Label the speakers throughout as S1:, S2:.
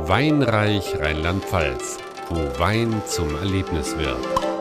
S1: Weinreich Rheinland-Pfalz, wo Wein zum Erlebnis wird.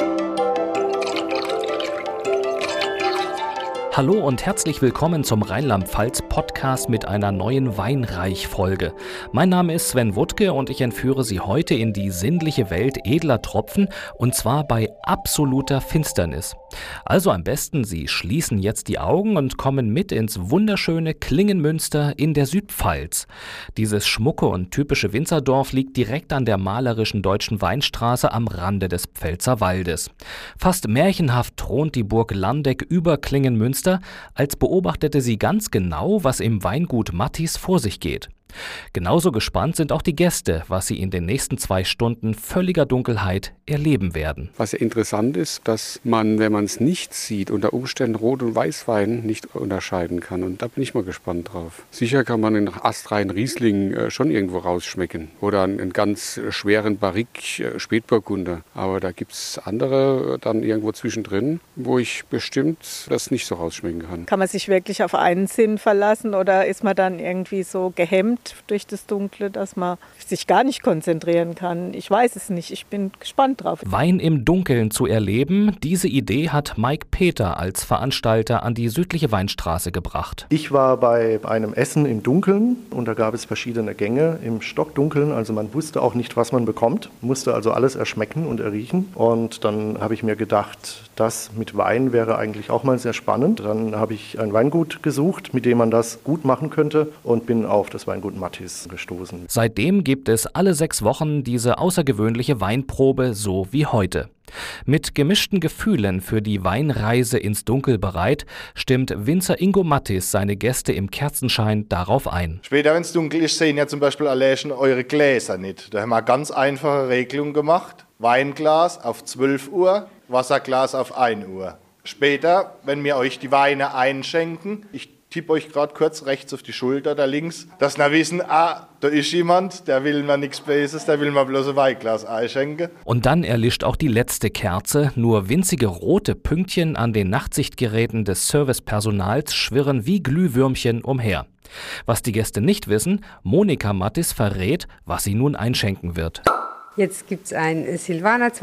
S2: Hallo und herzlich willkommen zum Rheinland-Pfalz-Podcast mit einer neuen Weinreich-Folge. Mein Name ist Sven Wuttke und ich entführe Sie heute in die sinnliche Welt edler Tropfen und zwar bei absoluter Finsternis. Also am besten, Sie schließen jetzt die Augen und kommen mit ins wunderschöne Klingenmünster in der Südpfalz. Dieses schmucke und typische Winzerdorf liegt direkt an der malerischen Deutschen Weinstraße am Rande des Pfälzerwaldes. Fast märchenhaft thront die Burg Landeck über Klingenmünster, als beobachtete sie ganz genau, was im Weingut Mattis vor sich geht. Genauso gespannt sind auch die Gäste, was sie in den nächsten 2 Stunden völliger Dunkelheit erleben werden.
S3: Was ja interessant ist, dass man, wenn man es nicht sieht, unter Umständen Rot- und Weißwein nicht unterscheiden kann. Und da bin ich mal gespannt drauf. Sicher kann man einen astreinen Riesling schon irgendwo rausschmecken oder einen ganz schweren Barrique Spätburgunder. Aber da gibt es andere dann irgendwo zwischendrin, wo ich bestimmt das nicht so rausschmecken kann.
S4: Kann man sich wirklich auf einen Sinn verlassen oder ist man dann irgendwie so gehemmt durch das Dunkle, dass man sich gar nicht konzentrieren kann? Ich weiß es nicht. Ich bin gespannt drauf.
S2: Wein im Dunkeln zu erleben, diese Idee hat Mike Peter als Veranstalter an die südliche Weinstraße gebracht.
S5: Ich war bei einem Essen im Dunkeln und da gab es verschiedene Gänge im Stockdunkeln. Also man wusste auch nicht, was man bekommt, musste also alles erschmecken und erriechen. Und dann habe ich mir gedacht, das mit Wein wäre eigentlich auch mal sehr spannend. Dann habe ich ein Weingut gesucht, mit dem man das gut machen könnte und bin auf das Weingut Mattis gestoßen.
S2: Seitdem gibt es alle 6 Wochen diese außergewöhnliche Weinprobe, so wie heute. Mit gemischten Gefühlen für die Weinreise ins Dunkel bereit, stimmt Winzer Ingo Mattis seine Gäste im Kerzenschein darauf ein.
S6: Später, wenn es dunkel ist, sehen ja zum Beispiel alle schon eure Gläser nicht. Da haben wir eine ganz einfache Regelung gemacht. Weinglas auf 12 Uhr, Wasserglas auf 1 Uhr. Später, wenn wir euch die Weine einschenken, ich tippe euch gerade kurz rechts auf die Schulter, da links, dass wir wissen, da ist jemand, der will mir nichts Böses, der will mir bloß ein Weinglas einschenken.
S2: Und dann erlischt auch die letzte Kerze, nur winzige rote Pünktchen an den Nachtsichtgeräten des Servicepersonals schwirren wie Glühwürmchen umher. Was die Gäste nicht wissen, Monika Mattis verrät, was sie nun einschenken wird.
S7: Jetzt gibt es ein Silvaner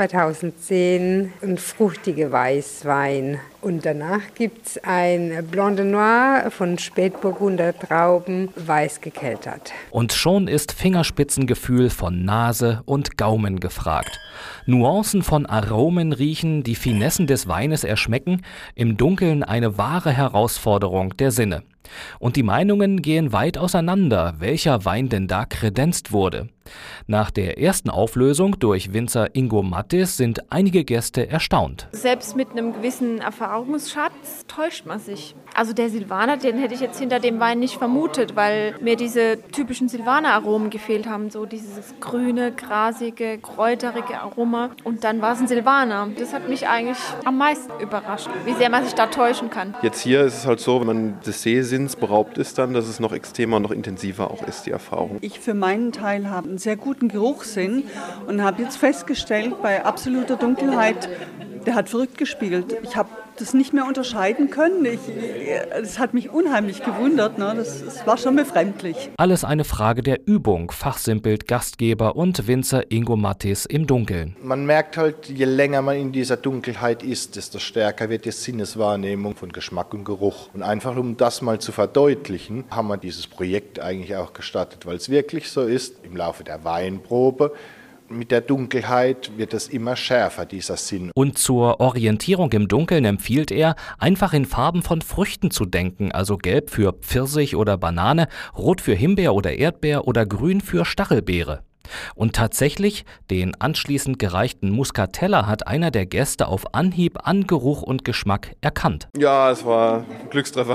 S7: 2010, ein fruchtiger Weißwein. Und danach gibt es ein Blanc de Noir von Spätburgunder Trauben, weiß gekeltert.
S2: Und schon ist Fingerspitzengefühl von Nase und Gaumen gefragt. Nuancen von Aromen riechen, die Finessen des Weines erschmecken, im Dunkeln eine wahre Herausforderung der Sinne. Und die Meinungen gehen weit auseinander, welcher Wein denn da kredenzt wurde. Nach der ersten Auflösung durch Winzer Ingo Mattis sind einige Gäste erstaunt.
S8: Selbst mit einem gewissen Erfahrungsschatz täuscht man sich. Also der Silvaner, den hätte ich jetzt hinter dem Wein nicht vermutet, weil mir diese typischen Silvaner-Aromen gefehlt haben. So dieses grüne, grasige, kräuterige Aroma. Und dann war es ein Silvaner. Das hat mich eigentlich am meisten überrascht, wie sehr man sich da täuschen kann.
S9: Jetzt hier ist es halt so, wenn man des Sehsinns beraubt ist dann, dass es noch extremer, noch intensiver auch ist, die Erfahrung.
S10: Ich für meinen Teil habe einen sehr guten Geruchssinn und habe jetzt festgestellt, bei absoluter Dunkelheit, der hat verrückt gespielt. Ich habe das nicht mehr unterscheiden können. Es hat mich unheimlich gewundert. Das war schon befremdlich.
S2: Alles eine Frage der Übung, fachsimpelt Gastgeber und Winzer Ingo Mattis im Dunkeln.
S6: Man merkt halt, je länger man in dieser Dunkelheit ist, desto stärker wird die Sinneswahrnehmung von Geschmack und Geruch. Und einfach um das mal zu verdeutlichen, haben wir dieses Projekt eigentlich auch gestartet, weil es wirklich so ist, im Laufe der Weinprobe, mit der Dunkelheit wird es immer schärfer, dieser Sinn.
S2: Und zur Orientierung im Dunkeln empfiehlt er, einfach in Farben von Früchten zu denken, also gelb für Pfirsich oder Banane, rot für Himbeer oder Erdbeer oder grün für Stachelbeere. Und tatsächlich, den anschließend gereichten Muscatella hat einer der Gäste auf Anhieb an Geruch und Geschmack erkannt.
S9: Ja, es war ein Glückstreffer.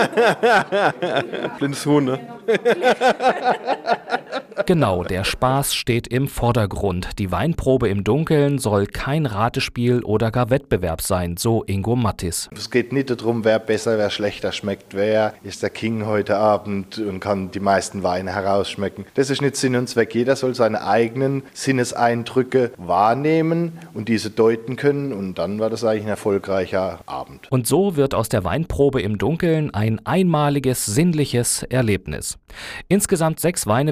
S9: Blindes Huhn, ne?
S2: Genau, der Spaß steht im Vordergrund. Die Weinprobe im Dunkeln soll kein Ratespiel oder gar Wettbewerb sein, so Ingo Mattis.
S6: Es geht nicht darum, wer besser, wer schlechter schmeckt. Wer ist der King heute Abend und kann die meisten Weine herausschmecken. Das ist nicht Sinn und Zweck. Jeder soll seine eigenen Sinneseindrücke wahrnehmen und diese deuten können. Und dann war das eigentlich ein erfolgreicher Abend.
S2: Und so wird aus der Weinprobe im Dunkeln ein einmaliges, sinnliches Erlebnis. Insgesamt 6 Weine werden verkostet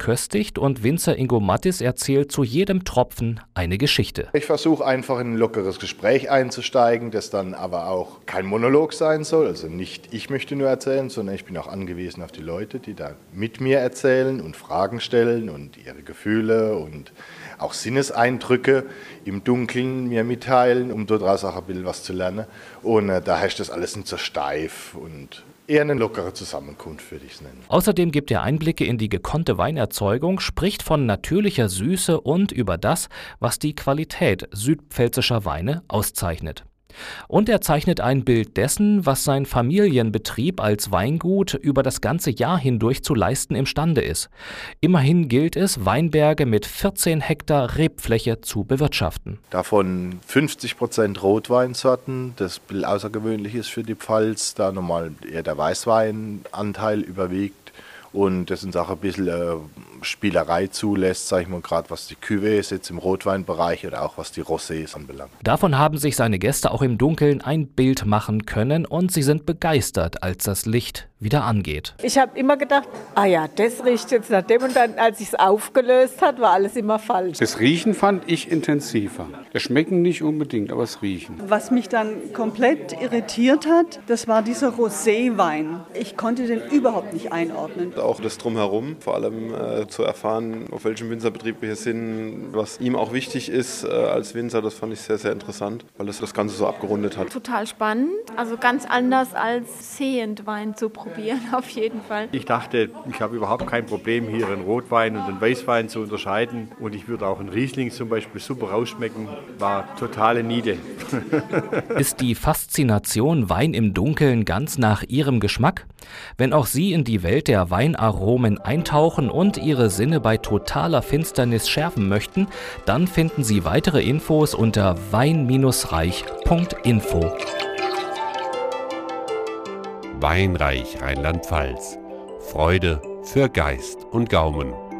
S2: verköstigt und Winzer Ingo Mattis erzählt zu jedem Tropfen eine Geschichte.
S6: Ich versuche einfach in ein lockeres Gespräch einzusteigen, das dann aber auch kein Monolog sein soll. Also nicht ich möchte nur erzählen, sondern ich bin auch angewiesen auf die Leute, die da mit mir erzählen und Fragen stellen und ihre Gefühle und auch Sinneseindrücke im Dunkeln mir mitteilen, um daraus auch ein bisschen was zu lernen. Und daher ist das alles nicht so steif und eher eine lockere Zusammenkunft, würde ich es nennen.
S2: Außerdem gibt er Einblicke in die gekonnte Weinerzeugung, spricht von natürlicher Süße und über das, was die Qualität südpfälzischer Weine auszeichnet. Und er zeichnet ein Bild dessen, was sein Familienbetrieb als Weingut über das ganze Jahr hindurch zu leisten imstande ist. Immerhin gilt es, Weinberge mit 14 Hektar Rebfläche zu bewirtschaften.
S6: Davon 50% Rotweinsorten, das ein bisschen außergewöhnlich ist für die Pfalz, da normal eher der Weißweinanteil überwiegt. Und das uns auch ein bisschen Spielerei zulässt, sage ich mal, gerade was die Cuvées jetzt im Rotweinbereich oder auch was die Rosés anbelangt.
S2: Davon haben sich seine Gäste auch im Dunkeln ein Bild machen können und sie sind begeistert, als das Licht wieder angeht.
S4: Ich habe immer gedacht, das riecht jetzt nach dem, und dann, als ich es aufgelöst hat, war alles immer falsch.
S3: Das Riechen fand ich intensiver. Das Schmecken nicht unbedingt, aber das Riechen.
S10: Was mich dann komplett irritiert hat, das war dieser Roséwein. Ich konnte den überhaupt nicht einordnen.
S9: Auch das Drumherum, vor allem zu erfahren, auf welchem Winzerbetrieb wir hier sind, was ihm auch wichtig ist als Winzer, das fand ich sehr, sehr interessant, weil es das Ganze so abgerundet hat.
S8: Total spannend, also ganz anders als sehend Wein zu probieren, auf jeden Fall.
S11: Ich dachte, ich habe überhaupt kein Problem, hier einen Rotwein und einen Weißwein zu unterscheiden, und ich würde auch einen Riesling zum Beispiel super rausschmecken, war totale Niede.
S2: Ist die Faszination Wein im Dunkeln ganz nach Ihrem Geschmack? Wenn auch Sie in die Welt der Weinaromen eintauchen und Ihre Sinne bei totaler Finsternis schärfen möchten, dann finden Sie weitere Infos unter wein-reich.info.
S1: Weinreich Rheinland-Pfalz. Freude für Geist und Gaumen.